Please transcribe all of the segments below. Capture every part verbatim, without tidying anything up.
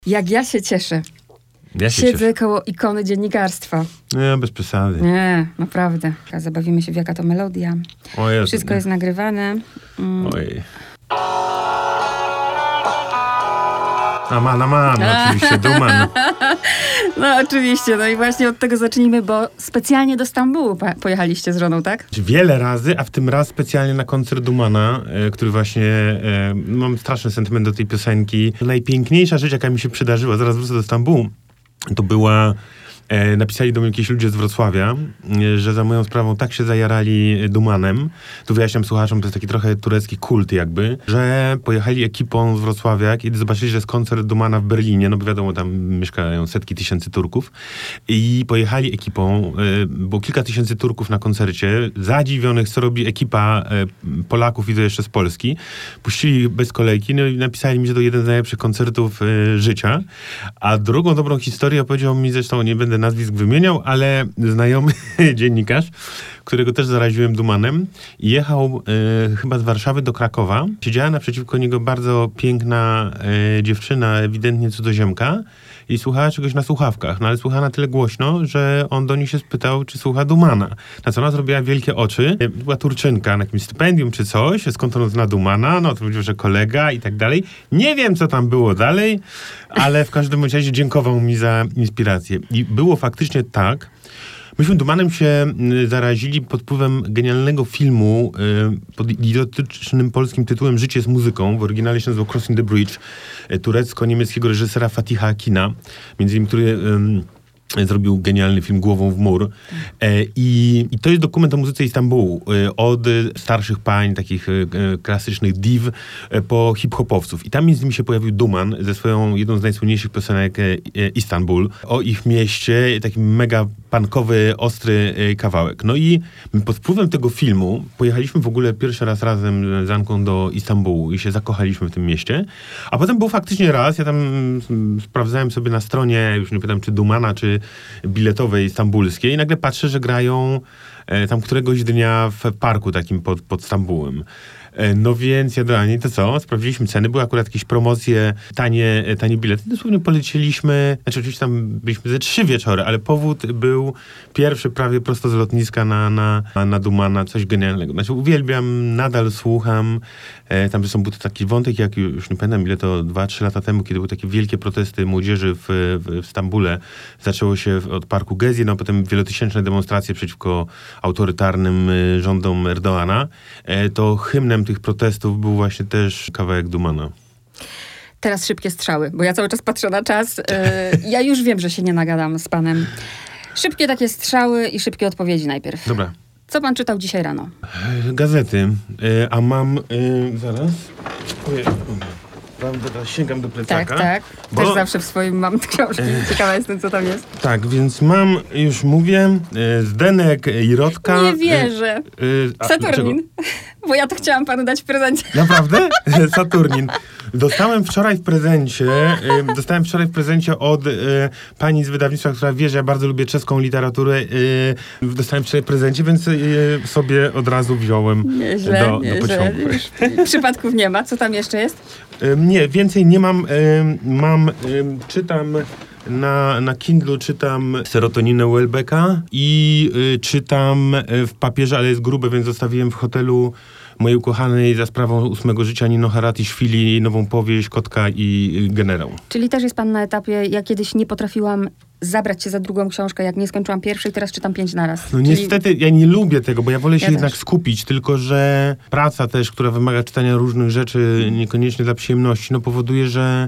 Jak ja się cieszę. Ja się Siedzę cieszę. koło ikony dziennikarstwa. Nie, bez przesady. Nie, naprawdę. Zabawimy się, w jaka to melodia. O Jezu, Wszystko nie. jest nagrywane. Mm. Oj. Aman, aman, oczywiście, Duman. No oczywiście, no i właśnie od tego zacznijmy, bo specjalnie do Stambułu pa- pojechaliście z żoną, tak? Wiele razy, a w tym raz specjalnie na koncert Dumana, e, który właśnie, e, mam straszny sentyment do tej piosenki. Najpiękniejsza rzecz, jaka mi się przydarzyła, zaraz wrócę do Stambułu, to była... E, napisali do mnie jakieś ludzie z Wrocławia, e, że za moją sprawą tak się zajarali Dumanem, tu wyjaśniam słuchaczom, to jest taki trochę turecki kult jakby, że pojechali ekipą z Wrocławia, kiedy zobaczyli, że jest koncert Dumana w Berlinie, no bo wiadomo, tam mieszkają setki tysięcy Turków, i pojechali ekipą, e, było kilka tysięcy Turków na koncercie, zadziwionych, co robi ekipa e, Polaków i to jeszcze z Polski, puścili bez kolejki, no i napisali mi, że to jeden z najlepszych koncertów e, życia, a drugą dobrą historię opowiedział mi, zresztą nie będę nazwisk wymieniał, ale znajomy dziennikarz, którego też zaraziłem Dumanem, jechał e, chyba z Warszawy do Krakowa. Siedziała naprzeciwko niego bardzo piękna e, dziewczyna, ewidentnie cudzoziemka, i słuchała czegoś na słuchawkach, no ale słuchała na tyle głośno, że on do niej się spytał, czy słucha Dumana. Na co ona zrobiła wielkie oczy. E, była Turczynka na jakimś stypendium czy coś, skąd on zna Dumana, no to powiedział, że kolega i tak dalej. Nie wiem, co tam było dalej, ale w każdym razie dziękował mi za inspirację. I było faktycznie tak. Myśmy Dumanem się y, zarazili pod wpływem genialnego filmu y, pod idiotycznym polskim tytułem Życie z muzyką. W oryginale się nazywał Crossing the Bridge, y, turecko-niemieckiego reżysera Fatiha Akina, między innymi, który... Y, zrobił genialny film Głową w mur. E, i, I to jest dokument o muzyce Istambułu. E, od starszych pań, takich e, klasycznych div, e, po hip-hopowców. I tam między innymi się pojawił Duman ze swoją jedną z najsłynniejszych piosenek e, e, Istanbul. O ich mieście, taki mega punkowy, ostry e, kawałek. No i my pod wpływem tego filmu pojechaliśmy w ogóle pierwszy raz razem z Anką do Istambułu i się zakochaliśmy w tym mieście. A potem był faktycznie raz, ja tam mm, sprawdzałem sobie na stronie, już nie pamiętam czy Dumana, czy biletowej stambulskiej i nagle patrzę, że grają e, tam któregoś dnia w parku takim pod, pod Stambułem. E, no więc ja do Ani, to co? Sprawdziliśmy ceny, były akurat jakieś promocje, tanie, e, tanie bilety. Dosłownie polecieliśmy, znaczy oczywiście tam byliśmy ze trzy wieczory, ale powód był pierwszy prawie prosto z lotniska na, na, na Dumana, coś genialnego. Znaczy uwielbiam, nadal słucham. E, tam są był to taki wątek, jak już nie pamiętam ile to, dwa, trzy lata temu, kiedy były takie wielkie protesty młodzieży w, w, w Stambule. Zaczęło się od parku Gezi, no potem wielotysięczne demonstracje przeciwko autorytarnym y, rządom Erdoana. E, to hymnem tych protestów był właśnie też kawałek Dumana. Teraz szybkie strzały, bo ja cały czas patrzę na czas. Yy, ja już wiem, że się nie nagadam z panem. Szybkie takie strzały i szybkie odpowiedzi najpierw. Dobra. Co pan czytał dzisiaj rano? E, gazety. E, a mam... E, zaraz. Ojej. Prawda, teraz sięgam do plecaka. Tak, tak. Bo... Też zawsze w swoim mam książki. Ciekawa jestem, co tam jest. Tak, więc mam, już mówię, e, Zdenek i Rodka. Nie wierzę. E, a, Saturnin. Bo ja to chciałam panu dać w prezencie. Naprawdę? Saturnin. Dostałem wczoraj w prezencie, y, dostałem wczoraj w prezencie od y, pani z wydawnictwa, która wie, że ja bardzo lubię czeską literaturę. Y, dostałem wczoraj w prezencie, więc y, sobie od razu wziąłem Nieźle, do, nieźle. do pociągu. Już przypadków nie ma. Co tam jeszcze jest? Y, nie, więcej nie mam. Y, mam, y, czytam... Na, na Kindlu czytam Serotoninę Welbecka i y, czytam y, w papierze, ale jest grube, więc zostawiłem w hotelu mojej ukochanej za sprawą ósmego życia Nino Harati-Szwili nową powieść Kotka i y, Generał. Czyli też jest pan na etapie, ja kiedyś nie potrafiłam zabrać się za drugą książkę, jak nie skończyłam pierwszej, teraz czytam pięć naraz. No Czyli... niestety, ja nie lubię tego, bo ja wolę się Ja jednak też. skupić, tylko że praca też, która wymaga czytania różnych rzeczy, niekoniecznie dla przyjemności, no powoduje, że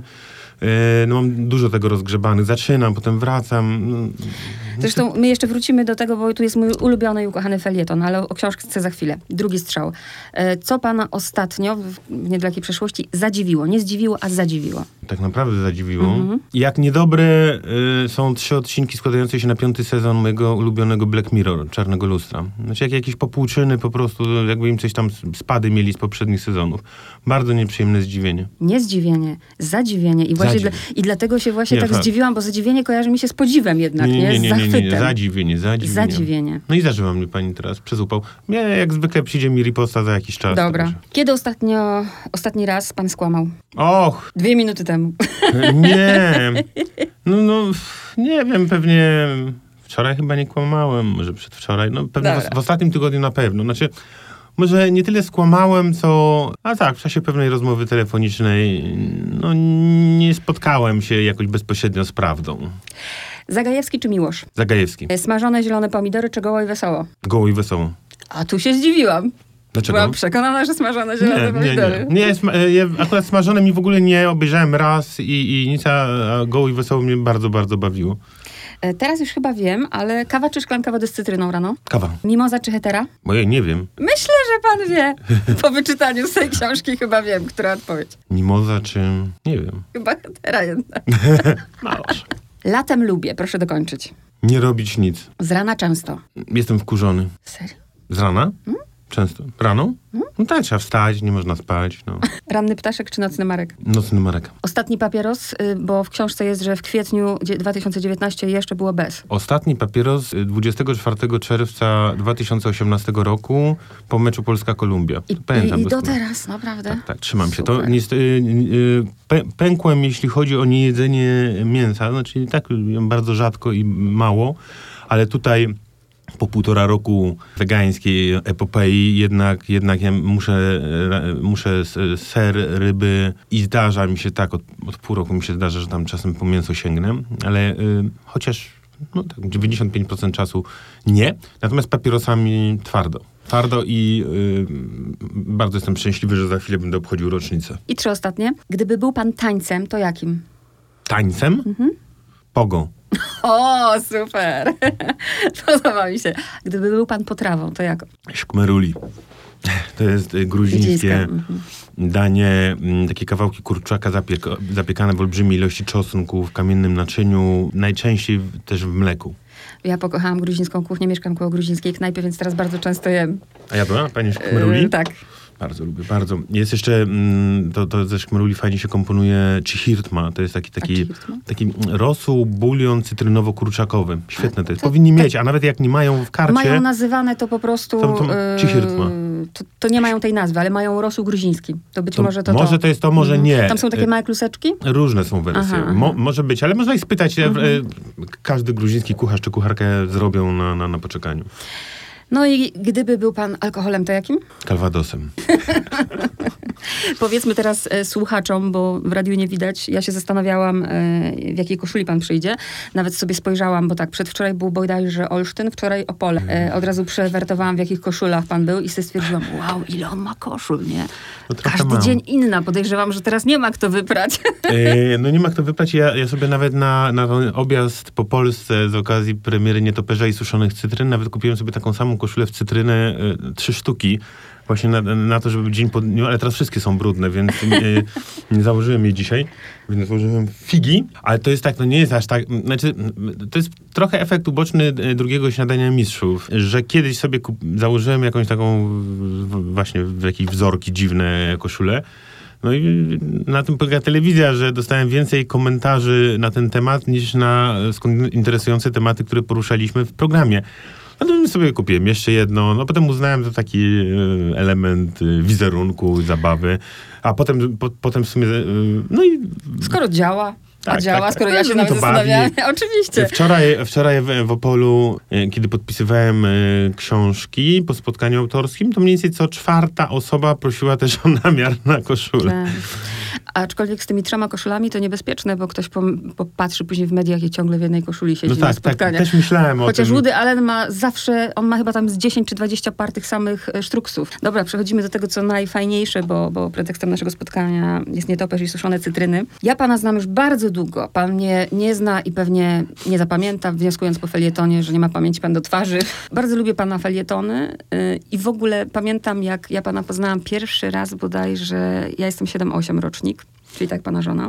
no mam dużo tego rozgrzebanych. Zaczynam, potem wracam. Zresztą my jeszcze wrócimy do tego, bo tu jest mój ulubiony i ukochany felieton, ale o książce za chwilę. Drugi strzał. Co pana ostatnio, w niedalekiej przeszłości, zadziwiło? Nie zdziwiło, a zadziwiło. Tak naprawdę zadziwiło. Mhm. Jak niedobre y, są trzy odcinki składające się na piąty sezon mojego ulubionego Black Mirror, Czarnego Lustra. Znaczy jak jakieś popłuczyny po prostu, jakby im coś tam spady mieli z poprzednich sezonów. Bardzo nieprzyjemne zdziwienie. Nie zdziwienie, zadziwienie. I właśnie właśnie dla, I dlatego się właśnie nie, tak fa- zdziwiłam, bo zadziwienie kojarzy mi się z podziwem jednak, nie? Nie, nie, Z nie, nie, zachwytem. nie, nie. Zadziwienie, zadziwienie. Zadziwienie. No i zażyła mnie pani teraz przez upał. Nie, jak zwykle przyjdzie mi riposta za jakiś czas. Dobra. Także. Kiedy ostatnio, ostatni raz pan skłamał? Och, Dwie minuty temu. nie. No, no, nie wiem, pewnie wczoraj chyba nie kłamałem, może przedwczoraj. No pewnie w, w ostatnim tygodniu na pewno. Znaczy, może nie tyle skłamałem, co... A tak, w czasie pewnej rozmowy telefonicznej no, nie spotkałem się jakoś bezpośrednio z prawdą. Zagajewski czy Miłosz? Zagajewski. Smażone zielone pomidory czy goło i wesoło? Goło i wesoło. A tu się zdziwiłam. Dlaczego? Byłam przekonana, że smażone zielone nie, nie, pomidory. nie. nie sma- ja akurat smażone mi w ogóle nie obejrzałem raz i, i nic, a, a goło i wesoło mnie bardzo, bardzo bawiło. Teraz już chyba wiem, ale kawa czy szklanka wody z cytryną rano? Kawa. Mimoza czy hetera? Bo ja nie wiem. Myślę, że pan wie. Po wyczytaniu z tej książki chyba wiem, która odpowiedź. Mimoza czy... nie wiem. Chyba hetera jednak. Masz. Latem lubię, proszę dokończyć. Nie robić nic. Z rana często. Jestem wkurzony. Serio? Z rana? Hmm? Często. Rano? Hmm? No tak, trzeba wstać, nie można spać. No. Ranny ptaszek czy nocny Marek? Nocny Marek. Ostatni papieros, y, bo w książce jest, że w kwietniu dwa tysiące dziewiętnastego jeszcze było bez. Ostatni papieros y, dwudziestego czwartego czerwca dwa tysiące osiemnastego roku po meczu Polska-Kolumbia. I, Pamiętam i, i do doskonale. teraz, naprawdę? Tak, tak, trzymam się. Super. To niestety y, y, pę- pękłem, jeśli chodzi o niejedzenie mięsa. Znaczy i tak jem bardzo rzadko i mało, ale tutaj po półtora roku wegańskiej epopei jednak, jednak ja muszę, muszę ser, ryby i zdarza mi się tak, od, od pół roku mi się zdarza, że tam czasem po mięso sięgnę, ale y, chociaż no tak, dziewięćdziesiąt pięć procent czasu nie. Natomiast papierosami twardo. Twardo i y, bardzo jestem szczęśliwy, że za chwilę będę obchodził rocznicę. I trzy ostatnie. Gdyby był pan tańcem, to jakim? Tańcem? Mhm. Pogo. O, super! Podoba mi się. Gdyby był pan potrawą, to jak? Szkmeruli. To jest y, gruzińskie Mhm. danie, m, takie kawałki kurczaka zapiek- zapiekane w olbrzymiej ilości czosnku w kamiennym naczyniu, najczęściej w, też w mleku. Ja pokochałam gruzińską kuchnię, mieszkam koło gruzińskiej knajpy, więc teraz bardzo często jem. A ja była? Pani szkmeruli? Yy, tak. Bardzo lubię, bardzo. Jest jeszcze, mm, to, to ze szkmeruli fajnie się komponuje chihirtma. To jest taki, taki, taki rosół, bulion cytrynowo-kurczakowy. Świetne to jest. To- Powinni to- mieć, a nawet jak nie mają w karcie... Mają nazywane to po prostu... To- to yy, chihirtma. to, to nie mają tej nazwy, ale mają rosół gruziński. To być To może to może to. to jest to, może Mhm. nie. Tam są takie małe kluseczki? Różne są wersje. Aha, Mo, aha. może być, ale można ich spytać. Mhm. E, każdy gruziński kucharz czy kucharkę zrobią na, na, na poczekaniu. No i gdyby był pan alkoholem, to jakim? Calvadosem. Powiedzmy teraz e, słuchaczom, bo w radiu nie widać. Ja się zastanawiałam, e, w jakiej koszuli pan przyjdzie. Nawet sobie spojrzałam, bo tak, przedwczoraj był bodajże Olsztyn, wczoraj Opole. E, od razu przewertowałam, w jakich koszulach pan był i sobie stwierdziłam, wow, ile on ma koszul, nie? No trochę Każdy mam. dzień inna. Podejrzewam, że teraz nie ma kto wyprać. E, no nie ma kto wyprać. Ja, ja sobie nawet na, na ten objazd po Polsce z okazji premiery Nietoperza i suszonych cytryn, nawet kupiłem sobie taką samą koszulę w cytrynę, e, trzy sztuki. Właśnie na, na to, żeby dzień po dniu, ale teraz wszystkie są brudne, więc nie, nie założyłem je dzisiaj, więc założyłem figi, ale to jest tak, no nie jest aż tak, znaczy to jest trochę efekt uboczny drugiego śniadania mistrzów, że kiedyś sobie kup, założyłem jakąś taką w, właśnie w jakieś wzorki dziwne koszule. No i na tym polega telewizja, że dostałem więcej komentarzy na ten temat niż na skąd interesujące tematy, które poruszaliśmy w programie. No to sobie kupiłem jeszcze jedno, no potem uznałem, że taki e, element e, wizerunku, zabawy, a potem, po, potem w sumie, e, no i... Skoro działa, a Tak, działa, tak, skoro tak. ja się No nawet to bawi. zastanawiałam. Oczywiście. Wczoraj, wczoraj w, w Opolu, e, kiedy podpisywałem e, książki po spotkaniu autorskim, to mniej więcej co czwarta osoba prosiła też o namiar na koszulę. Tak. Aczkolwiek z tymi trzema koszulami to niebezpieczne, bo ktoś pom- popatrzy później w mediach i ciągle w jednej koszuli siedzi No na tak, tak, spotkaniach. też myślałem o Chociaż tym. Woody Allen ma zawsze, on ma chyba tam z dziesięć czy dwadzieścia par tych samych e, sztruksów. Dobra, przechodzimy do tego, co najfajniejsze, bo, bo pretekstem naszego spotkania jest nietoperz i suszone cytryny. Ja pana znam już bardzo długo. Pan mnie nie zna i pewnie nie zapamięta, wnioskując po felietonie, że nie ma pamięci pan do twarzy. Bardzo lubię pana felietony yy, i w ogóle pamiętam, jak ja pana poznałam pierwszy raz bodajże, ja jestem siedem osiem rocznik, czyli tak pana żona.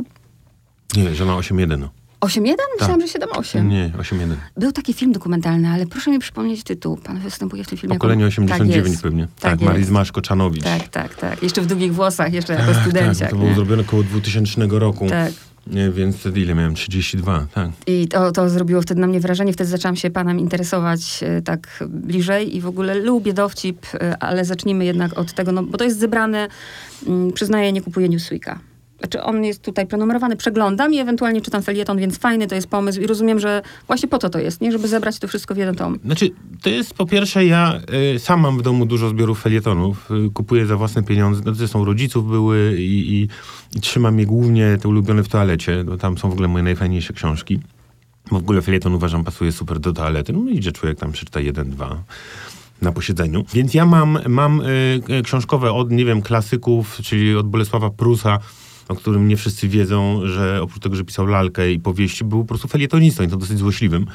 Nie, żona osiem jeden. osiem jeden? Myślałam, że siedem osiem. Nie, osiem jeden. Był taki film dokumentalny, ale proszę mi przypomnieć tytuł. Pan występuje w tym filmie. Pokolenie jako- osiemdziesiąt dziewięć tak jest. pewnie. Tak, Tak, jest. Marizma Szkoczanowicz. Tak, tak, tak. Jeszcze w długich włosach, jeszcze jako Tak, studenciak. to było nie? zrobione około dwutysięcznego roku. Tak. Więc wtedy ile miałem? trzydzieści dwa, tak. I to, to zrobiło wtedy na mnie wrażenie. Wtedy zaczęłam się panem interesować e, tak bliżej i w ogóle lubię dowcip, e, ale zacznijmy jednak od tego, no bo to jest zebrane, m, przyznaję, nie kupuję Newsweeka. Znaczy on jest tutaj prenumerowany, przeglądam i ewentualnie czytam felieton, więc fajny to jest pomysł i rozumiem, że właśnie po to to jest, nie? Żeby zebrać to wszystko w jeden tom. Znaczy, to jest po pierwsze, ja y, sam mam w domu dużo zbiorów felietonów, y, kupuję za własne pieniądze, no, zresztą rodziców były i, i, i trzymam je głównie te ulubione w toalecie, bo tam są w ogóle moje najfajniejsze książki. Bo w ogóle felieton uważam pasuje super do toalety, no idzie człowiek tam przeczyta jeden, dwa na posiedzeniu. Więc ja mam, mam y, książkowe od, nie wiem, klasyków, czyli od Bolesława Prusa, o którym nie wszyscy wiedzą, że oprócz tego, że pisał lalkę i powieści, był po prostu felietonistą i to dosyć złośliwym.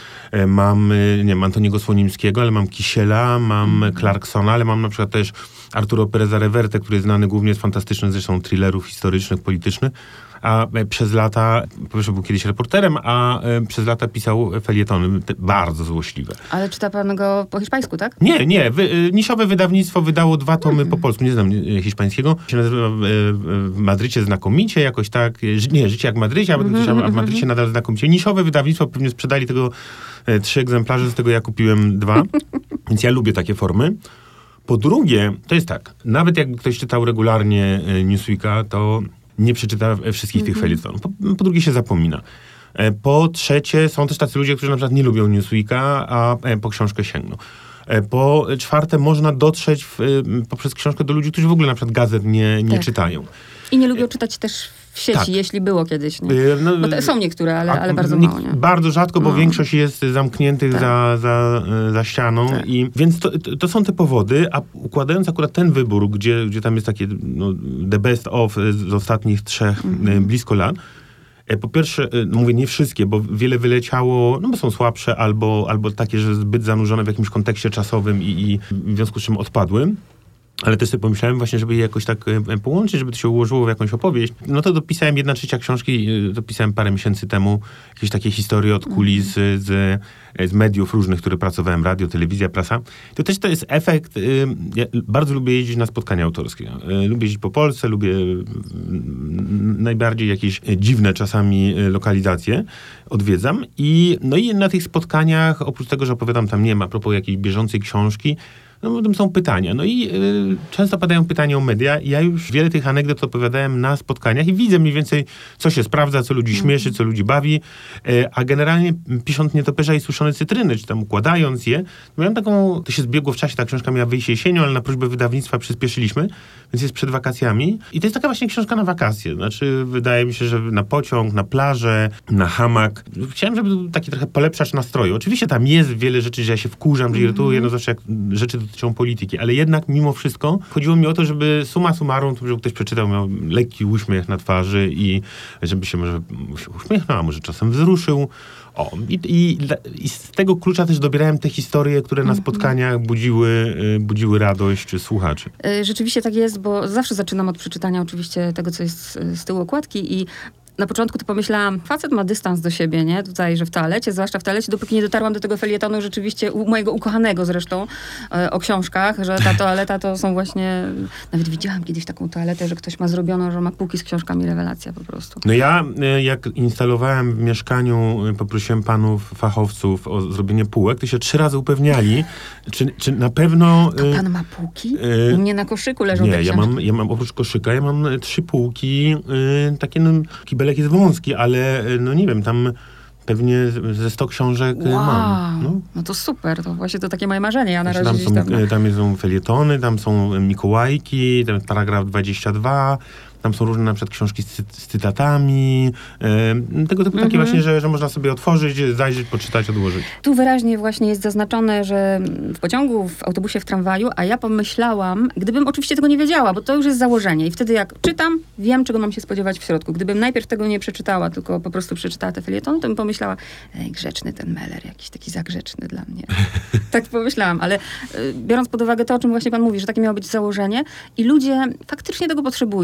Mam, nie wiem, Antoniego Słonimskiego, ale mam Kisiela, mam mm. Clarksona, ale mam na przykład też Arturo Pereza Reverte, który jest znany głównie z fantastycznych zresztą thrillerów historycznych, politycznych, a przez lata, po pierwsze był kiedyś reporterem, a przez lata pisał felietony, bardzo złośliwe. Ale czyta pan go po hiszpańsku, tak? Nie, nie. Wy, niszowe wydawnictwo wydało dwa tomy mm. po polsku. Nie znam hiszpańskiego. Się nazywa w Madrycie znakomicie, jakoś tak. Nie, Życie jak w Madrycie, a w Madrycie nadal znakomicie. Niszowe wydawnictwo, pewnie sprzedali tego e, trzy egzemplarze, z tego ja kupiłem dwa. Więc ja lubię takie formy. Po drugie, to jest tak, nawet jakby ktoś czytał regularnie e, Newsweeka, to nie przeczyta wszystkich mm-hmm. tych felietonów. Po, po drugie się zapomina. E, po trzecie, są też tacy ludzie, którzy na przykład nie lubią Newsweeka, a e, po książkę sięgną. E, po czwarte, można dotrzeć w, e, poprzez książkę do ludzi, którzy w ogóle na przykład gazet nie, nie tak. czytają. I nie lubią czytać też w sieci, tak. jeśli było kiedyś. Nie? E, no, bo to są niektóre, ale, ale bardzo mało. Nie? Bardzo rzadko, bo no. większość jest zamkniętych tak. za, za, za ścianą. Tak. I, więc to, to są te powody, a układając akurat ten wybór, gdzie, gdzie tam jest takie no, the best of z ostatnich trzech mm-hmm. blisko lat, po pierwsze, mówię nie wszystkie, bo wiele wyleciało, no bo są słabsze, albo, albo takie, że zbyt zanurzone w jakimś kontekście czasowym i, i w związku z czym odpadły. Ale też sobie pomyślałem właśnie, żeby je jakoś tak połączyć, żeby to się ułożyło w jakąś opowieść. No to dopisałem jedna trzecia książki, dopisałem parę miesięcy temu jakieś takie historie od kulis z, z, z mediów różnych, które pracowałem, radio, telewizja, prasa. To też to jest efekt, ja bardzo lubię jeździć na spotkania autorskie. Lubię jeździć po Polsce, lubię najbardziej jakieś dziwne czasami lokalizacje odwiedzam i no i na tych spotkaniach, oprócz tego, że opowiadam tam, nie wiem, a propos jakiejś bieżącej książki, no potem są pytania. No i y, często padają pytania o media. Ja już wiele tych anegdot opowiadałem na spotkaniach i widzę mniej więcej, co się sprawdza, co ludzi śmieszy, co ludzi bawi. Y, a generalnie pisząc Nietoperza i Suszone cytryny, czy tam układając je, miałem taką, to się zbiegło w czasie, ta książka miała wyjść jesienią, ale na prośbę wydawnictwa przyspieszyliśmy, więc jest przed wakacjami. I to jest taka właśnie książka na wakacje. Znaczy, wydaje mi się, że na pociąg, na plażę, na hamak. Chciałem, żeby był taki trochę polepszacz nastroju. Oczywiście tam jest wiele rzeczy, że ja się wkurzam, że irytuję, no zawsze jak rzeczy dotyczą polityki, ale jednak mimo wszystko chodziło mi o to, żeby summa summarum, żeby ktoś przeczytał, miał lekki uśmiech na twarzy i żeby się może uśmiechnął, a może czasem wzruszył. O, i, i, i z tego klucza też dobierałem te historie, które na spotkaniach budziły, budziły radość słuchaczy. Rzeczywiście tak jest, bo zawsze zaczynam od przeczytania oczywiście tego, co jest z tyłu okładki i na początku to pomyślałam, facet ma dystans do siebie, nie? Tutaj, że w toalecie, zwłaszcza w toalecie, dopóki nie dotarłam do tego felietonu rzeczywiście, u mojego ukochanego zresztą, e, o książkach, że ta toaleta to są właśnie... Nawet widziałam kiedyś taką toaletę, że ktoś ma zrobioną, że ma półki z książkami, rewelacja po prostu. No ja, jak instalowałem w mieszkaniu, poprosiłem panów fachowców o zrobienie półek, to się trzy razy upewniali, czy, czy na pewno... To pan ma półki? U mnie na koszyku leżą nie, te książki. ja mam, ja mam oprócz koszyka, ja mam trzy półki, y, takie no, kibelek jest wąski, ale no nie wiem, tam pewnie ze sto książek wow. mam. No. no to super, to właśnie to takie moje marzenie. Ja na razie tam, gdzieś są, tam, no. tam są felietony, tam są Mikołajki, tam paragraf dwadzieścia dwa, tam są różne na przykład książki z, z cytatami, e, tego typu mm-hmm. takie właśnie, że, że można sobie otworzyć, zajrzeć, poczytać, odłożyć. Tu wyraźnie właśnie jest zaznaczone, że w pociągu, w autobusie, w tramwaju, a ja pomyślałam, gdybym oczywiście tego nie wiedziała, bo to już jest założenie i wtedy jak czytam, wiem, czego mam się spodziewać w środku. Gdybym najpierw tego nie przeczytała, tylko po prostu przeczytała te felietony, to bym pomyślała, ej, grzeczny ten Meller, jakiś taki zagrzeczny dla mnie. Tak pomyślałam, ale y, biorąc pod uwagę to, o czym właśnie pan mówi, że takie miało być założenie i ludzie faktycznie tego potrzebują i po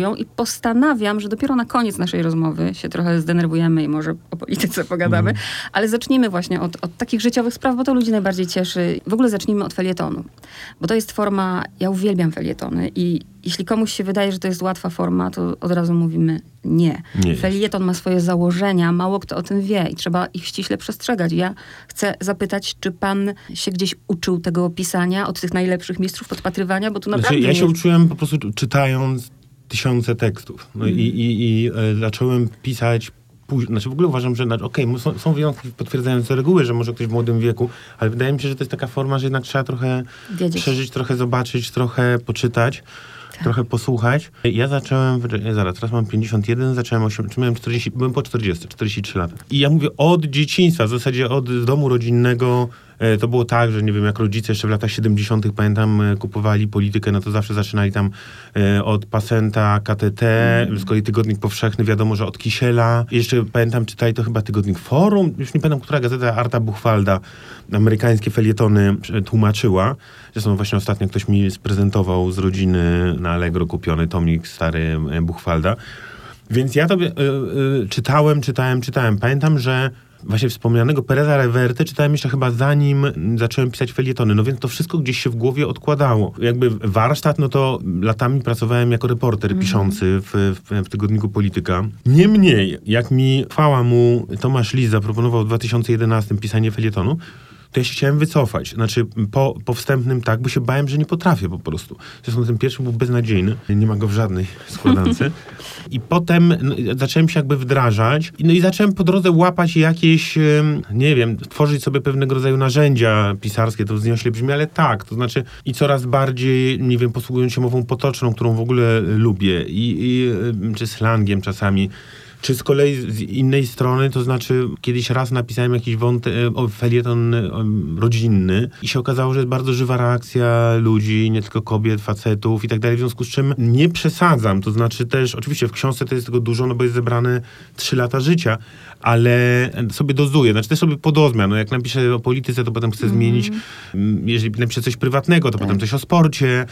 postanawiam, że dopiero na koniec naszej rozmowy się trochę zdenerwujemy i może o polityce pogadamy, mm. ale zacznijmy właśnie od, od takich życiowych spraw, bo to ludzi najbardziej cieszy. W ogóle zacznijmy od felietonu, bo to jest forma, ja uwielbiam felietony i jeśli komuś się wydaje, że to jest łatwa forma, to od razu mówimy nie. nie Felieton ma swoje założenia, mało kto o tym wie i trzeba ich ściśle przestrzegać. Ja chcę zapytać, czy pan się gdzieś uczył tego pisania od tych najlepszych mistrzów podpatrywania, bo tu naprawdę znaczy, ja się jest... uczyłem po prostu czytając tysiące tekstów. No mm. i, i, i e, zacząłem pisać później. Znaczy w ogóle uważam, że okej, okay, są, są wyjątki potwierdzające reguły, że może ktoś w młodym wieku, ale wydaje mi się, że to jest taka forma, że jednak trzeba trochę Wiedzieć. przeżyć, trochę zobaczyć, trochę poczytać. Trochę posłuchać. Ja zacząłem, zaraz, teraz mam pięćdziesiąt jeden, zacząłem osiem, czy miałem czterdzieści, byłem po czterdzieści, czterdzieści trzy lata. I ja mówię od dzieciństwa, w zasadzie od domu rodzinnego. To było tak, że nie wiem, jak rodzice jeszcze w latach siedemdziesiątych pamiętam, kupowali politykę, no to zawsze zaczynali tam e, od Pasenta, K T T, mm. z kolei Tygodnik Powszechny, wiadomo, że od Kisiela. Jeszcze pamiętam, czytali to chyba Tygodnik Forum, już nie pamiętam, która gazeta, Arta Buchwalda, amerykańskie felietony tłumaczyła. Zresztą właśnie ostatnio ktoś mi sprezentował z rodziny na Allegro kupiony tomik stary Buchwalda. Więc ja to y, y, czytałem, czytałem, czytałem. Pamiętam, że właśnie wspomnianego Pereza Reverty czytałem jeszcze chyba zanim zacząłem pisać felietony, no więc to wszystko gdzieś się w głowie odkładało. Jakby warsztat, no to latami pracowałem jako reporter mm. piszący w, w, w tygodniku Polityka. Niemniej, jak mi chwała mu Tomasz Lis zaproponował w dwa tysiące jedenastym pisanie felietonu, to ja się chciałem wycofać. Znaczy po, po wstępnym tak, bo się bałem, że nie potrafię po prostu. Zresztą ten pierwszy był beznadziejny. Nie ma go w żadnej składance. I potem no, zacząłem się jakby wdrażać. No i zacząłem po drodze łapać jakieś, nie wiem, tworzyć sobie pewnego rodzaju narzędzia pisarskie. To wzniośle brzmi, ale tak. To znaczy i coraz bardziej, nie wiem, posługując się mową potoczną, którą w ogóle lubię. I, i czy slangiem czasami. Czy z kolei z innej strony, to znaczy kiedyś raz napisałem jakiś wątek, felieton rodzinny i się okazało, że jest bardzo żywa reakcja ludzi, nie tylko kobiet, facetów i tak dalej, w związku z czym nie przesadzam, to znaczy też, oczywiście w książce to jest tego dużo, no bo jest zebrane trzy lata życia, ale sobie dozuję, znaczy też sobie podozmian, no jak napiszę o polityce, to potem chcę mm. zmienić, jeżeli napiszę coś prywatnego, to tak. potem coś o sporcie,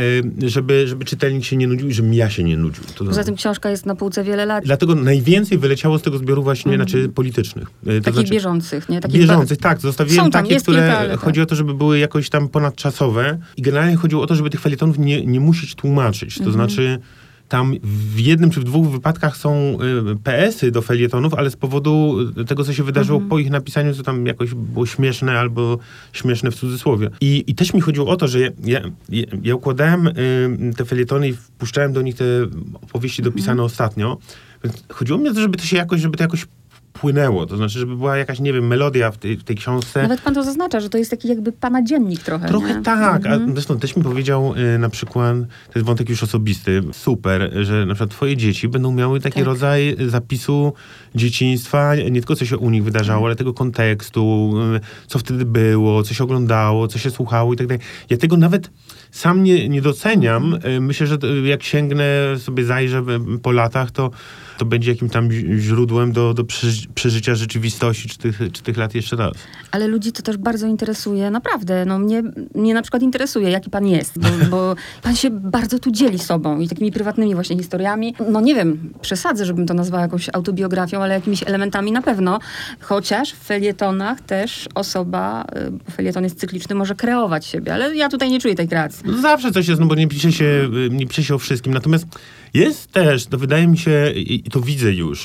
żeby, żeby czytelnik się nie nudził i żebym ja się nie nudził. To Poza tym książka jest na półce wiele lat. Dlatego najwięcej wyleciało z tego zbioru właśnie, mm. znaczy politycznych. To Takich znaczy, bieżących, nie? Takich bieżących, tak. Zostawiłem tam, takie, które kilka, chodzi tak. o to, żeby były jakoś tam ponadczasowe i generalnie chodziło o to, żeby tych felietonów nie, nie musieć tłumaczyć. To mm-hmm. znaczy tam w jednym czy w dwóch wypadkach są y, P esy do felietonów, ale z powodu tego, co się wydarzyło mm-hmm. po ich napisaniu, co tam jakoś było śmieszne albo śmieszne w cudzysłowie. I, i też mi chodziło o to, że ja, ja, ja układałem y, te felietony i wpuszczałem do nich te opowieści dopisane mm-hmm. ostatnio. Więc chodziło mi o to, żeby to się jakoś, żeby to jakoś płynęło. To znaczy, żeby była jakaś, nie wiem, melodia w tej, w tej książce. Nawet pan to zaznacza, że to jest taki jakby pana dziennik trochę. Trochę nie? tak. Mhm. A zresztą też mi powiedział y, na przykład, to jest wątek już osobisty, super, że na przykład twoje dzieci będą miały taki tak. rodzaj zapisu dzieciństwa, nie tylko co się u nich wydarzało, ale tego kontekstu, y, co wtedy było, co się oglądało, co się słuchało i tak dalej. Ja tego nawet sam nie, nie doceniam. Y, myślę, że jak sięgnę, sobie zajrzę po latach, to to będzie jakimś tam źródłem do, do przeżycia rzeczywistości, czy tych, czy tych lat jeszcze raz. Ale ludzi to też bardzo interesuje, naprawdę. No mnie, mnie na przykład interesuje, jaki pan jest, bo, bo pan się bardzo tu dzieli sobą i takimi prywatnymi właśnie historiami. No nie wiem, przesadzę, żebym to nazwała jakąś autobiografią, ale jakimiś elementami na pewno. Chociaż w felietonach też osoba, bo felieton jest cykliczny, może kreować siebie, ale ja tutaj nie czuję tej kreacji. No zawsze coś jest, no bo nie pisze się, nie pisze się o wszystkim. Natomiast jest też, to wydaje mi się, i to widzę już,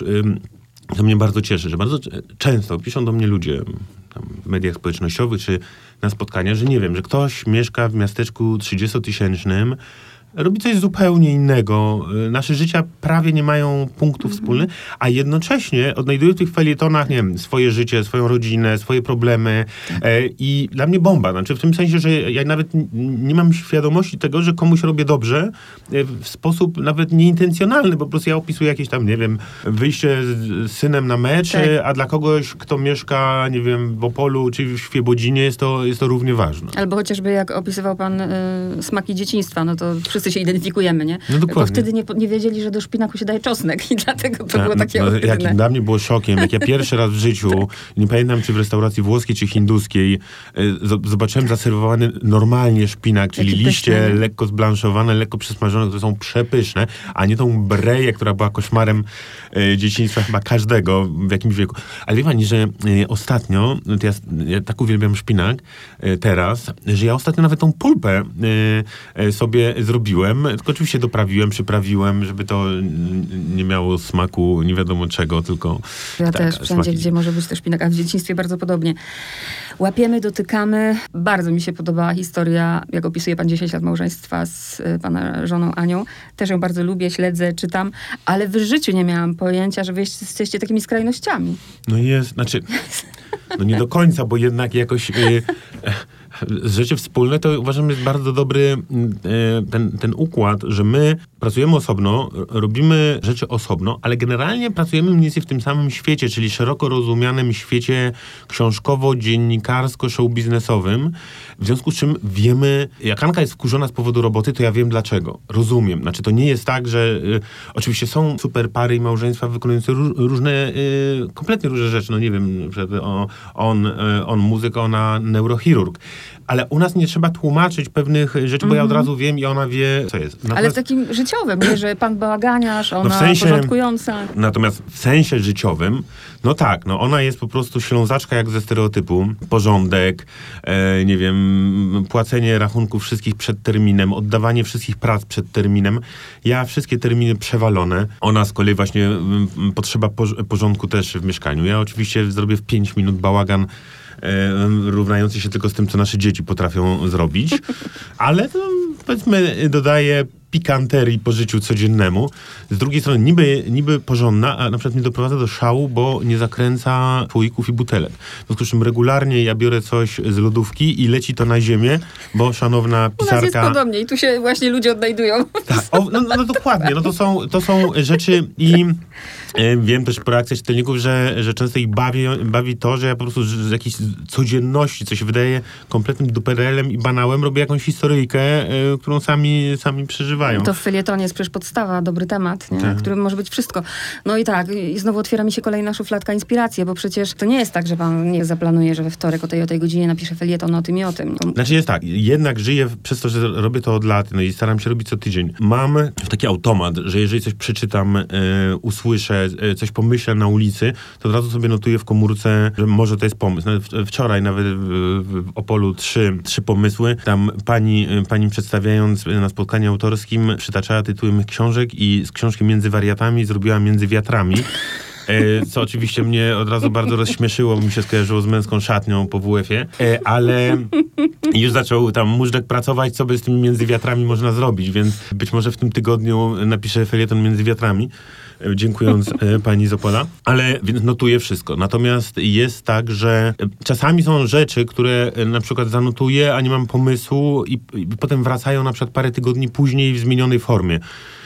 to mnie bardzo cieszy, że bardzo często piszą do mnie ludzie tam w mediach społecznościowych czy na spotkania, że nie wiem, że ktoś mieszka w miasteczku trzydziestotysięcznym, robi coś zupełnie innego. Nasze życia prawie nie mają punktów mm-hmm. wspólnych, a jednocześnie odnajdują w tych felietonach, nie wiem, swoje życie, swoją rodzinę, swoje problemy tak. e, i dla mnie bomba. Znaczy w tym sensie, że ja nawet n- nie mam świadomości tego, że komuś robię dobrze e, w sposób nawet nieintencjonalny, bo po prostu ja opisuję jakieś tam, nie wiem, wyjście z, z synem na mecz, tak. a dla kogoś, kto mieszka, nie wiem, w Opolu czy w Świebodzinie, jest to, jest to równie ważne. Albo chociażby jak opisywał pan y, smaki dzieciństwa, no to wszyscy wszyscy się identyfikujemy, nie? No dokładnie. Bo wtedy nie, nie wiedzieli, że do szpinaku się daje czosnek i dlatego to A, było takie no, ohydne. jak dla mnie było szokiem, jak ja pierwszy raz w życiu, nie pamiętam czy w restauracji włoskiej czy hinduskiej, z- zobaczyłem zaserwowany normalnie szpinak, czyli Jaki liście pyszny. lekko zblanszowane, lekko przesmażone, które są przepyszne, a nie tą breję, która była koszmarem e, dzieciństwa chyba każdego w jakimś wieku. Ale wie pani, że e, ostatnio, to ja, ja tak uwielbiam szpinak e, teraz, że ja ostatnio nawet tą pulpę e, e, sobie zrobiłem, tylko oczywiście doprawiłem, przyprawiłem, żeby to n- nie miało smaku nie wiadomo czego, tylko Ja tak, też, wszędzie, smaki. gdzie może być to szpinak, a w dzieciństwie bardzo podobnie. Łapiemy, dotykamy. Bardzo mi się podobała historia, jak opisuje pan dziesięć lat małżeństwa z y, pana żoną Anią. Też ją bardzo lubię, śledzę, czytam, ale w życiu nie miałam pojęcia, że wy jesteście takimi skrajnościami. No jest, znaczy, no nie do końca, bo jednak jakoś y, z rzeczy wspólne to uważam jest bardzo dobry y, ten, ten układ, że my pracujemy osobno, robimy rzeczy osobno, ale generalnie pracujemy mniej więcej w tym samym świecie, czyli szeroko rozumianym świecie książkowo-dziennikarsko-show-biznesowym, w związku z czym wiemy, jak Anka jest wkurzona z powodu roboty, to ja wiem dlaczego. Rozumiem. Znaczy to nie jest tak, że y, oczywiście są super pary i małżeństwa wykonujące ró- różne, y, kompletnie różne rzeczy. No nie wiem, na przykład o, on, y, on muzyk, ona neurochirurg. Ale u nas nie trzeba tłumaczyć pewnych rzeczy, bo ja od razu wiem i ona wie, co jest. Natomiast, Ale w takim życiowym, nie, że pan bałaganiarz, ona No w sensie- porządkująca. natomiast w sensie życiowym, no tak, no ona jest po prostu ślązaczka jak ze stereotypu. Porządek, e, nie wiem, płacenie rachunków wszystkich przed terminem, oddawanie wszystkich prac przed terminem. Ja wszystkie terminy przewalone. Ona z kolei właśnie mm, potrzeba por- porządku też w mieszkaniu. Ja oczywiście zrobię w pięć minut bałagan e, równający się tylko z tym, co nasze dzieci potrafią zrobić. Ale to, powiedzmy, dodaje pikanterii po życiu codziennemu. Z drugiej strony niby, niby porządna, a na przykład mnie doprowadza do szału, bo nie zakręca słoików i butelek. W związku z czym regularnie ja biorę coś z lodówki i leci to na ziemię, bo szanowna U nas jest pisarka... podobnie i tu się właśnie ludzie odnajdują. Tak, o, no, no dokładnie, no to są, to są rzeczy i e, wiem też po reakcjach czytelników, że, że często ich bawi, bawi to, że ja po prostu z, z jakiejś codzienności, co się wydaje kompletnym duperelem i banałem, robię jakąś historyjkę, e, którą sami, sami przeżywają. To w felietonie jest przecież podstawa, dobry temat, nie? Tak. W którym może być wszystko. No i tak, i znowu otwiera mi się kolejna szufladka inspiracji, bo przecież to nie jest tak, że pan nie zaplanuje, że we wtorek o tej o tej godzinie napisze felieton o tym i o tym. Znaczy jest tak, jednak żyję w- przez to, że robię to od lat, no i staram się robić co tydzień. Mam taki automat, że jeżeli coś przeczytam, e, usłyszę, e, coś pomyślę na ulicy, to od razu sobie notuję w komórce, że może to jest pomysł. Nawet w- wczoraj nawet w, w, w Opolu trzy, trzy pomysły. Tam pani, e, pani przedstawiając na spotkaniu autorskim przytaczała tytuły mych książek i z książki Między wariatami zrobiła Między wiatrami. E, co oczywiście mnie od razu bardzo rozśmieszyło, bo mi się skojarzyło z męską szatnią po W F-ie, e, ale już zaczął tam móżdżek pracować, co by z tymi Między wiatrami można zrobić, więc być może w tym tygodniu napiszę felieton Między wiatrami, e, dziękując e, pani z Opola, ale więc notuję wszystko. Natomiast jest tak, że e, czasami są rzeczy, które e, na przykład zanotuję, a nie mam pomysłu i, i potem wracają na przykład parę tygodni później w zmienionej formie.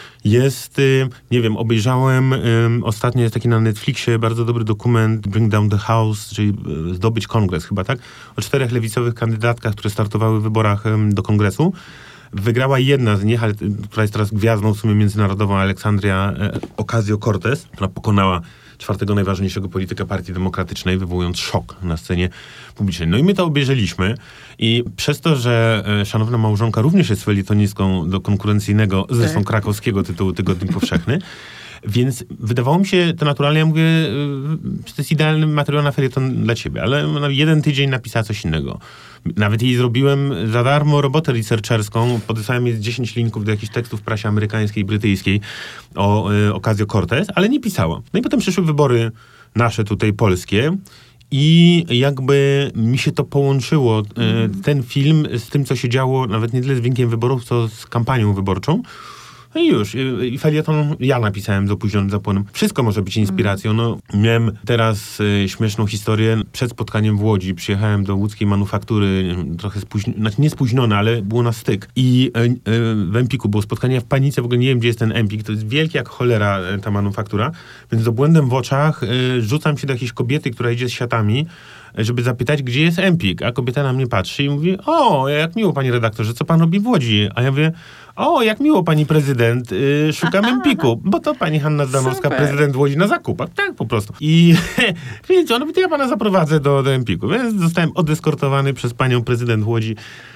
Jest, y, nie wiem, obejrzałem, y, ostatnio jest taki na Netflixie bardzo dobry dokument Bring Down the House, czyli y, Zdobyć Kongres chyba, tak? O czterech lewicowych kandydatkach, które startowały w wyborach y, do kongresu. Wygrała jedna z nich, ale, y, która jest teraz gwiazdą w sumie międzynarodową, Aleksandria y, Ocasio-Cortez, która pokonała czwartego najważniejszego polityka Partii Demokratycznej, wywołując szok na scenie publicznej. No i my to obejrzeliśmy i przez to, że e, szanowna małżonka również jest felietonistką do konkurencyjnego, zresztą Tak. krakowskiego tytułu Tygodnik Powszechny, więc wydawało mi się to naturalnie, ja mówię, e, że to jest idealny materiał na felieton dla ciebie, ale na jeden tydzień napisała coś innego. Nawet jej zrobiłem za darmo robotę researcherską, podesłałem jej dziesięć linków do jakichś tekstów w prasie amerykańskiej, brytyjskiej o e, Ocasio-Cortez, ale nie pisała. No i potem przyszły wybory nasze tutaj polskie i jakby mi się to połączyło, e, ten film z tym, co się działo, nawet nie tyle z wynikiem wyborów, co z kampanią wyborczą. No i już. I felieton ja napisałem z opóźnionym zapłonem. Wszystko może być inspiracją. No, miałem teraz y, śmieszną historię. Przed spotkaniem w Łodzi przyjechałem do łódzkiej manufaktury, trochę spóźniony, znaczy nie spóźniony, ale było na styk. I y, y, w Empiku było spotkanie, ja w panice w ogóle nie wiem, gdzie jest ten Empik. To jest wielki jak cholera y, ta manufaktura. Więc z obłędem w oczach y, rzucam się do jakiejś kobiety, która idzie z siatami, żeby zapytać, gdzie jest Empik. A kobieta na mnie patrzy i mówi, o, jak miło, panie redaktorze, co pan robi w Łodzi? A ja mówię, o, jak miło, pani prezydent, yy, szukam Empiku. Bo to pani Hanna Zdanowska, Super. prezydent Łodzi na zakupach. Tak, po prostu. I więc ona mówi, to ja pana zaprowadzę do, do Empiku. Więc zostałem odeskortowany przez panią prezydent Łodzi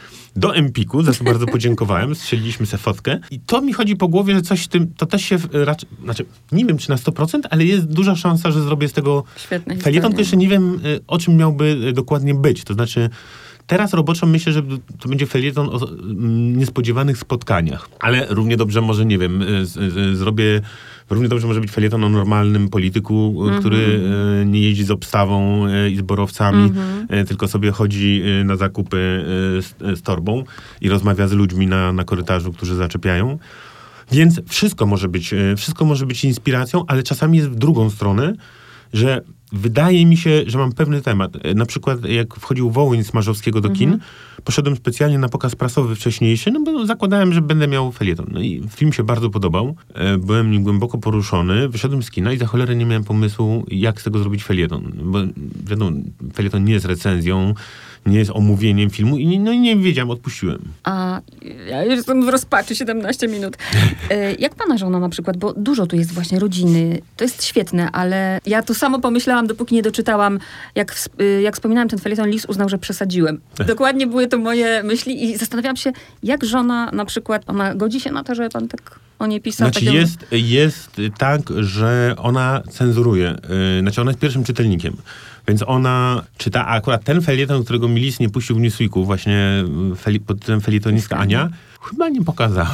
do Empiku, za co bardzo podziękowałem, strzeliliśmy sobie fotkę. I to mi chodzi po głowie, że coś w tym, to też się raczej, znaczy, nie wiem czy na sto procent, ale jest duża szansa, że zrobię z tego Świetna felieton, tylko jeszcze nie wiem, o czym miałby dokładnie być. To znaczy, teraz roboczo myślę, że to będzie felieton o niespodziewanych spotkaniach. Ale równie dobrze może, nie wiem, z, z, zrobię, równie dobrze może być felieton o normalnym polityku, mm-hmm. który e, nie jeździ z obstawą e, i zborowcami, mm-hmm. e, tylko sobie chodzi e, na zakupy e, z, z torbą i rozmawia z ludźmi na, na korytarzu, którzy zaczepiają. Więc wszystko może być, e, wszystko może być inspiracją, ale czasami jest w drugą stronę, że wydaje mi się, że mam pewny temat. Na przykład jak wchodził Wołyń Smarzowskiego do kin, mhm. poszedłem specjalnie na pokaz prasowy wcześniejszy, no bo zakładałem, że będę miał felieton. No i film się bardzo podobał. Byłem nim głęboko poruszony. Wyszedłem z kina i za cholerę nie miałem pomysłu, jak z tego zrobić felieton. Bo wiadomo, felieton nie jest recenzją, nie jest omówieniem filmu i no i nie wiedziałem, odpuściłem. A ja już jestem w rozpaczy, siedemnaście minut. E, jak pana żona na przykład, bo dużo tu jest właśnie rodziny, to jest świetne, ale ja to samo pomyślałam, dopóki nie doczytałam, jak, jak wspominałam ten felieton, Lis uznał, że przesadziłem. Dokładnie były to moje myśli i zastanawiałam się, jak żona na przykład, ona godzi się na to, że pan tak o niej pisał? Znaczy takiego... jest, jest tak, że ona cenzuruje. Yy, znaczy ona jest pierwszym czytelnikiem. Więc ona czyta, a akurat ten felieton, którego mi Lis nie puścił w Newsweeku, właśnie feli, pod tytułem Felietonistka Ania, chyba nie pokazałem.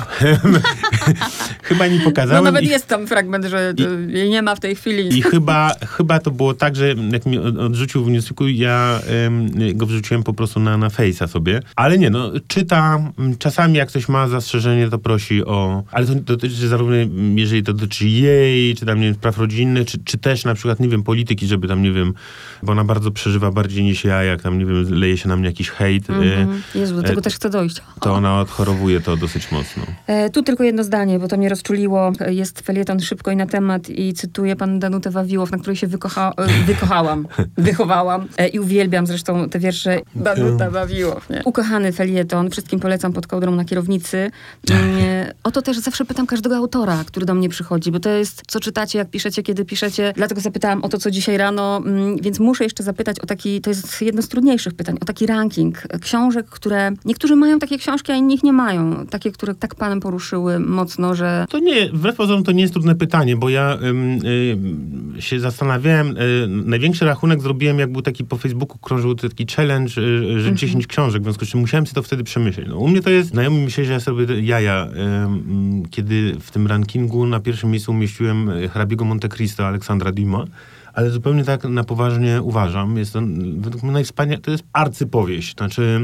chyba nie pokazałem. No nawet I, jest tam fragment, że i, jej nie ma w tej chwili. I chyba, chyba to było tak, że jak mi odrzucił w Newsweeku, ja ym, go wrzuciłem po prostu na, na Face'a sobie. Ale nie, no, czyta, czasami jak ktoś ma zastrzeżenie, to prosi o... Ale to dotyczy zarówno, jeżeli to dotyczy jej, czy tam, nie wiem, praw rodzinnych, czy, czy też na przykład, nie wiem, polityki, żeby tam, nie wiem, bo ona bardzo przeżywa bardziej niż ja, jak tam, nie wiem, leje się na mnie jakiś hejt. Mm-hmm. Jezu, do tego e, też chcę dojść. To ona odchorowuje to dosyć mocno. E, tu tylko jedno zdanie, bo to mnie rozczuliło. Jest felieton Szybko i na temat i cytuję pan Danutę Wawiłow, na której się wykocha, e, wykochałam, wychowałam e, i uwielbiam zresztą te wiersze Danuta Wawiłow. Nie? Ukochany felieton, wszystkim polecam Pod kołdrą na kierownicy. E, o to też zawsze pytam każdego autora, który do mnie przychodzi, bo to jest, co czytacie, jak piszecie, kiedy piszecie. Dlatego zapytałam o to, co dzisiaj rano, m, więc muszę jeszcze zapytać o taki, to jest jedno z trudniejszych pytań, o taki ranking książek, które, niektórzy mają takie książki, a inni ich nie mają. Takie, które tak panem poruszyły mocno, że... To nie, wbrew pozorom to nie jest trudne pytanie, bo ja ym, ym, się zastanawiałem, y, największy rachunek zrobiłem, jak był taki po Facebooku, krążył taki challenge, y, że dziesięć książek, w związku z czym musiałem sobie to wtedy przemyśleć. No, u mnie to jest, znajomi myśleli, że ja sobie jaja, y, kiedy w tym rankingu na pierwszym miejscu umieściłem hrabiego Monte Cristo Aleksandra Dumas, ale zupełnie tak na poważnie uważam. Jest to według mnie najwspanialsza, to jest arcypowieść, znaczy...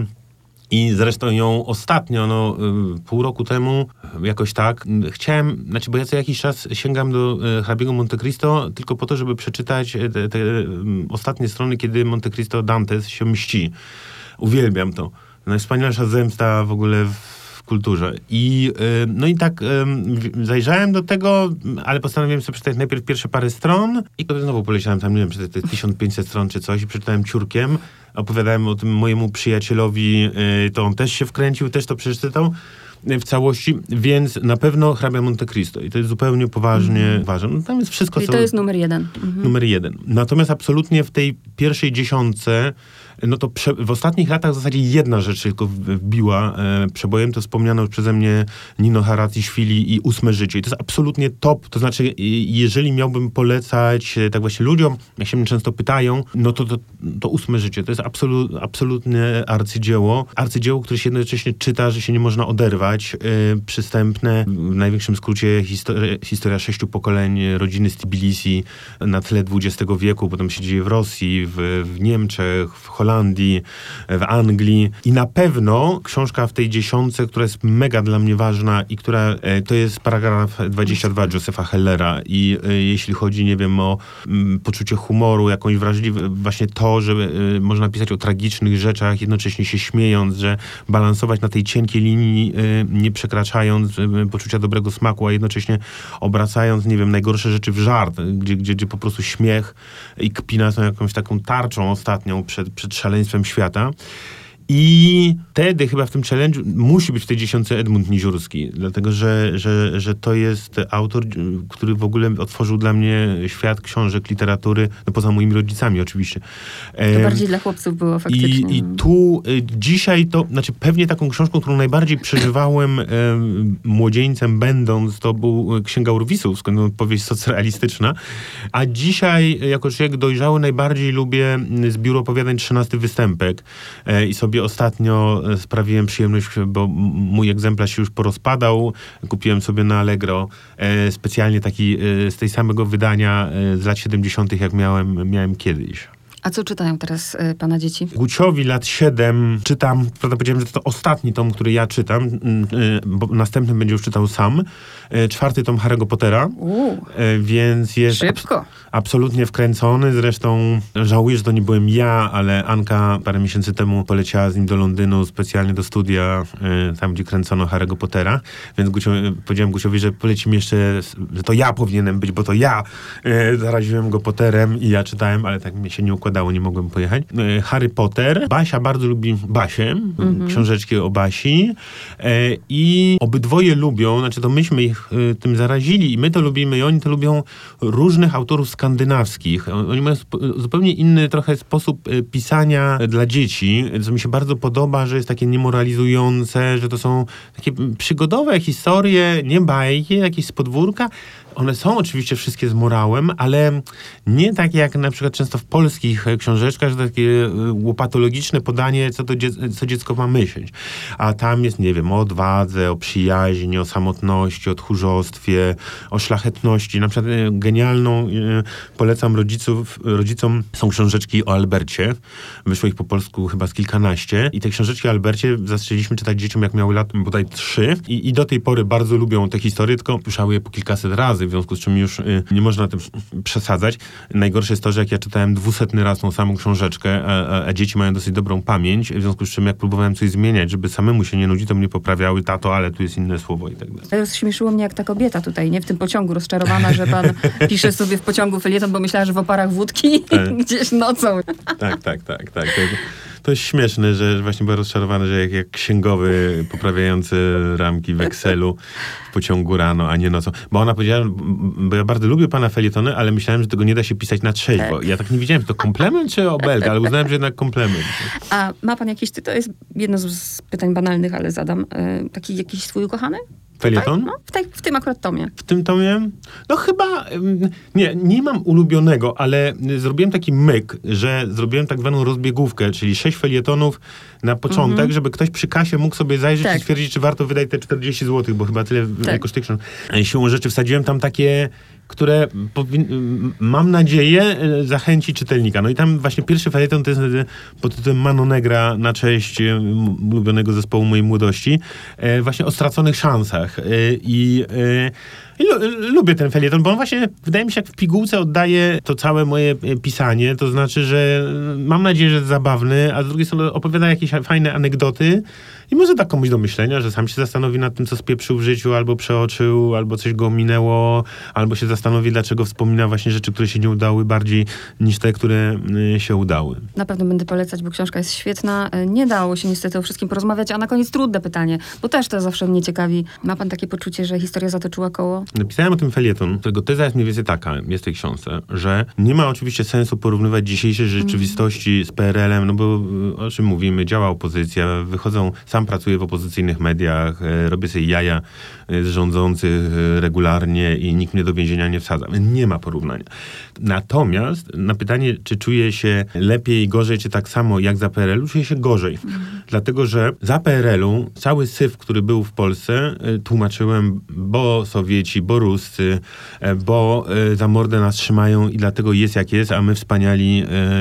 I zresztą ją ostatnio, no, pół roku temu, jakoś tak, chciałem, znaczy, bo ja co jakiś czas sięgam do e, hrabiego Monte Cristo tylko po to, żeby przeczytać te, te ostatnie strony, kiedy Monte Cristo Dantes się mści. Uwielbiam to. Najwspanialsza zemsta w ogóle w kulturze. I y, no i tak y, zajrzałem do tego, ale postanowiłem sobie przeczytać najpierw pierwsze parę stron i potem znowu poleciałem tam, nie wiem, przeczytać te tysiąc pięćset stron czy coś i przeczytałem ciurkiem. Opowiadałem o tym mojemu przyjacielowi, y, to on też się wkręcił, też to przeczytał w całości, więc na pewno hrabia Monte Cristo. I to jest zupełnie poważnie mm. ważne. No, tam jest wszystko, Czyli co... to jest numer jeden. Mhm. Numer jeden. Natomiast absolutnie w tej pierwszej dziesiątce, no to prze, w ostatnich latach w zasadzie jedna rzecz tylko wbiła e, przebojem, to wspomniano już przeze mnie Nino Haratiszvili i Ósme życie. I to jest absolutnie top. To znaczy, jeżeli miałbym polecać e, tak właśnie ludziom, jak się mnie często pytają, no to, to, to Ósme życie. To jest absolut, absolutne arcydzieło. Arcydzieło, które się jednocześnie czyta, że się nie można oderwać. E, przystępne, w największym skrócie historia, historia sześciu pokoleń rodziny z Tbilisi na tle dwudziestego wieku. Potem się dzieje w Rosji, w, w Niemczech, w Holandii, Holandii, w Anglii i na pewno książka w tej dziesiątce, która jest mega dla mnie ważna i która, to jest paragraf dwadzieścia dwa Josepha Hellera i jeśli chodzi, nie wiem, o m, poczucie humoru, jakąś wrażliwość, właśnie to, że y, można pisać o tragicznych rzeczach, jednocześnie się śmiejąc, że balansować na tej cienkiej linii, y, nie przekraczając y, poczucia dobrego smaku, a jednocześnie obracając, nie wiem, najgorsze rzeczy w żart, gdzie, gdzie, gdzie po prostu śmiech i kpina są jakąś taką tarczą ostatnią przed, przed szaleństwem świata. I wtedy chyba w tym challenge'u musi być w tej dziesiątce Edmund Niziurski, dlatego że, że, że to jest autor, który w ogóle otworzył dla mnie świat książek, literatury, no poza moimi rodzicami oczywiście. To bardziej dla chłopców było faktycznie. I, i tu y, dzisiaj to, znaczy pewnie taką książką, którą najbardziej przeżywałem y, młodzieńcem będąc, to był Księga Urwisów, skąd powieść socrealistyczna, a dzisiaj jako człowiek dojrzały najbardziej lubię zbiór opowiadań Trzynasty Występek y, i sobie ostatnio sprawiłem przyjemność, bo mój egzemplarz się już porozpadał. Kupiłem sobie na Allegro e, specjalnie taki e, z tej samego wydania e, z lat siedemdziesiątych, jak miałem, miałem kiedyś. A co czytają teraz y, pana dzieci? Guciowi lat siedem czytam, prawda powiedziałem, że to ostatni tom, który ja czytam, y, bo następny będzie już czytał sam. Y, czwarty tom Harry'ego Pottera. Uuu, y, więc jest szybko. Ab- absolutnie wkręcony. Zresztą żałuję, że to nie byłem ja, ale Anka parę miesięcy temu poleciała z nim do Londynu, specjalnie do studia, y, tam gdzie kręcono Harry'ego Pottera. Więc Gucio, powiedziałem Guciowi, że poleci mi jeszcze, że to ja powinienem być, bo to ja y, zaraziłem go Potterem i ja czytałem, ale tak mi się nie układało. Nie mogłem pojechać. Harry Potter. Basia bardzo lubi Basię, mm-hmm. książeczki o Basi. E, I obydwoje lubią, znaczy to myśmy ich e, tym zarazili i my to lubimy i oni to lubią różnych autorów skandynawskich. Oni mają sp- zupełnie inny trochę sposób e, pisania dla dzieci, co mi się bardzo podoba, że jest takie niemoralizujące, że to są takie przygodowe historie, nie bajki, jakieś z podwórka. One są oczywiście wszystkie z morałem, ale nie tak jak na przykład często w polskich książeczkach, że takie łopatologiczne podanie, co, to dzie- co dziecko ma myśleć. A tam jest, nie wiem, o odwadze, o przyjaźni, o samotności, o tchórzostwie, o szlachetności. Na przykład e, genialną, e, polecam rodziców, rodzicom, są książeczki o Albercie. Wyszło ich po polsku chyba z kilkanaście. I te książeczki o Albercie zaczęliśmy czytać dzieciom, jak miały lat bodaj trzy. I, I do tej pory bardzo lubią te historie, tylko słyszały je po kilkaset razy, w związku z czym już y, nie można tym przesadzać. Najgorsze jest to, że jak ja czytałem dwusetny raz tą samą książeczkę, a, a, a dzieci mają dosyć dobrą pamięć, w związku z czym jak próbowałem coś zmieniać, żeby samemu się nie nudzić, to mnie poprawiały, tato, ale tu jest inne słowo i tak dalej. Rozśmieszyło mnie jak ta kobieta tutaj, nie? W tym pociągu rozczarowana, że pan pisze sobie w pociągu felieton, bo myślała, że w oparach wódki tak. gdzieś nocą. Tak, tak, tak, tak. To jest śmieszne, że właśnie była rozczarowana, że jak, jak księgowy poprawiający ramki w Excelu w pociągu rano, a nie nocą. Bo ona powiedziała, bo ja bardzo lubię pana felietony, ale myślałem, że tego nie da się pisać na trzeźwo. Tak. Ja tak nie wiedziałem, czy to komplement, czy obelga, ale uznałem, że jednak komplement. A ma pan jakiś, to jest jedno z pytań banalnych, ale zadam, yy, taki jakiś swój ukochany? Felieton? No, w, tej, w tym akurat tomie. W tym tomie? No chyba, nie, nie mam ulubionego, ale zrobiłem taki myk, że zrobiłem tak zwaną rozbiegówkę, czyli sześć felietonów na początek, mm-hmm. żeby ktoś przy kasie mógł sobie zajrzeć tak. i stwierdzić, czy warto wydać te czterdzieści złotych, bo chyba tyle tak. kosztuje książka. Siłą rzeczy wsadziłem tam takie, które powin- mam nadzieję zachęci czytelnika. No i tam właśnie pierwszy felieton to jest pod tytułem Mano Negra na cześć ulubionego zespołu mojej młodości. E, właśnie o straconych szansach. E, I e, lu- lubię ten felieton, bo on właśnie, wydaje mi się, jak w pigułce oddaje to całe moje pisanie. To znaczy, że mam nadzieję, że jest zabawny, a z drugiej strony opowiada jakieś fajne anegdoty i może da komuś do myślenia, że sam się zastanowi nad tym, co spieprzył w życiu, albo przeoczył, albo coś go minęło, albo się zastanowi, dlaczego wspomina właśnie rzeczy, które się nie udały bardziej niż te, które y, się udały. Na pewno będę polecać, bo książka jest świetna. Nie dało się niestety o wszystkim porozmawiać, a na koniec trudne pytanie, bo też to zawsze mnie ciekawi. Ma pan takie poczucie, że historia zatoczyła koło? Napisałem o tym felieton, którego teza jest mniej więcej taka, jest w tej książce, że nie ma oczywiście sensu porównywać dzisiejszej rzeczywistości mm. z P R L-em, no bo o czym mówimy, działa opozycja, wychodzą, sam pracuję w opozycyjnych mediach, e, robię sobie jaja e, z rządzących e, regularnie i nikt mnie do więzienia nie wsadza. Nie ma porównania. Natomiast na pytanie, czy czuję się lepiej, gorzej, czy tak samo jak za P R L-u, czuję się gorzej. Mm. dlatego że za P R L-u cały syf, który był w Polsce, tłumaczyłem, bo Sowieci, bo Ruscy, bo za mordę nas trzymają i dlatego jest jak jest, a my wspaniali,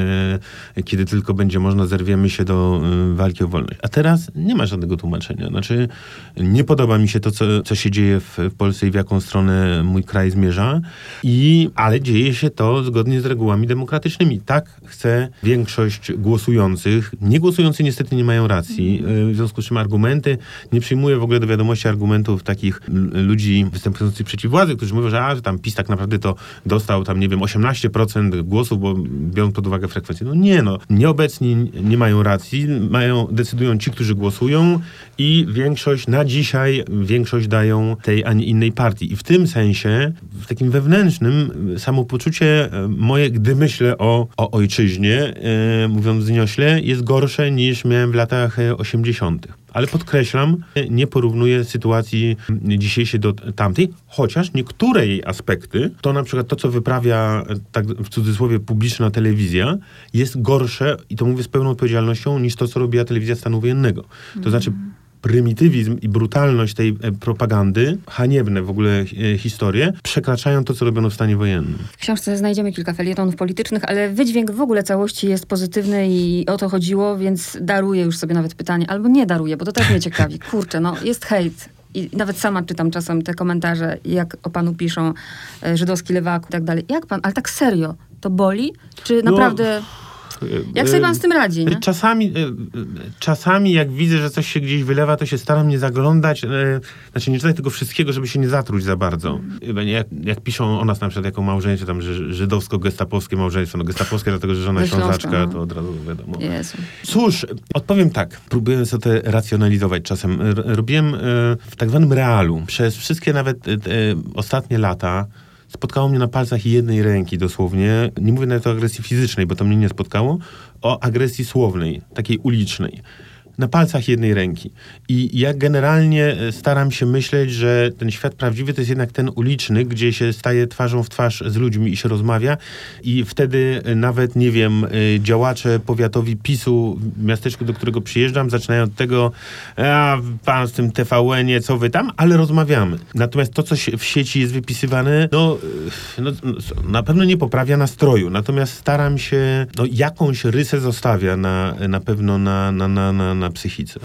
kiedy tylko będzie można, zerwiemy się do walki o wolność. A teraz nie ma żadnego tłumaczenia. Znaczy, nie podoba mi się to, co, co się dzieje w, w Polsce i w jaką stronę mój kraj zmierza, i, ale dzieje się to zgodnie z regułami demokratycznymi. Tak chce większość głosujących. Nie głosujący niestety nie mają racji. W związku z czym argumenty, nie przyjmuję w ogóle do wiadomości argumentów takich ludzi występujących przeciw władzy, którzy mówią, że, a, że tam PiS tak naprawdę to dostał tam, nie wiem, osiemnaście procent głosów, bo biorąc pod uwagę frekwencję. No nie, no. Nieobecni nie mają racji, mają, decydują ci, którzy głosują, i większość na dzisiaj, większość dają tej, a nie innej partii. I w tym sensie, w takim wewnętrznym, samopoczucie moje, gdy myślę o, o ojczyźnie, e, mówiąc zniośle, jest gorsze niż miałem w latach osiemdziesiątych. Ale podkreślam, nie porównuję sytuacji dzisiejszej do tamtej, chociaż niektóre jej aspekty, to na przykład to, co wyprawia, tak w cudzysłowie, publiczna telewizja, jest gorsze, i to mówię z pełną odpowiedzialnością, niż to, co robiła telewizja stanu wojennego. To mm. znaczy prymitywizm i brutalność tej propagandy, haniebne w ogóle e, historie, przekraczają to, co robiono w stanie wojennym. W książce znajdziemy kilka felietonów politycznych, ale wydźwięk w ogóle całości jest pozytywny i o to chodziło, więc daruję już sobie nawet pytanie, albo nie daruję, bo to też mnie ciekawi. Kurczę, no jest hejt. I nawet sama czytam czasem te komentarze, jak o panu piszą, e, żydowski lewak i tak dalej. Jak pan, ale tak serio, to boli? Czy naprawdę... No. Jak sobie pan z tym radzi, nie? Czasami, czasami jak widzę, że coś się gdzieś wylewa, to się staram nie zaglądać, znaczy nie czytać tego wszystkiego, żeby się nie zatruć za bardzo. Mm. Jak, jak piszą o nas na przykład jako małżeństwo, tam że żydowsko-gestapowskie małżeństwo, no gestapowskie dlatego, że żona Ślązaczka, no. To od razu wiadomo. Jezu. Cóż, odpowiem tak, próbuję sobie to racjonalizować czasem. Robiłem w tak zwanym realu przez wszystkie nawet ostatnie lata. Spotkało mnie na palcach jednej ręki dosłownie, nie mówię nawet o agresji fizycznej, bo to mnie nie spotkało, o agresji słownej, takiej ulicznej. Na palcach jednej ręki. I ja generalnie staram się myśleć, że ten świat prawdziwy to jest jednak ten uliczny, gdzie się staje twarzą w twarz z ludźmi i się rozmawia, i wtedy nawet, nie wiem, działacze powiatowi PiSu w miasteczku, do którego przyjeżdżam, zaczynają od tego, a pan z tym T V N-ie, co wy tam, ale rozmawiamy. Natomiast to, co w sieci jest wypisywane, no, no na pewno nie poprawia nastroju. Natomiast staram się, no jakąś rysę zostawia na, na pewno na, na, na, na, na psychice.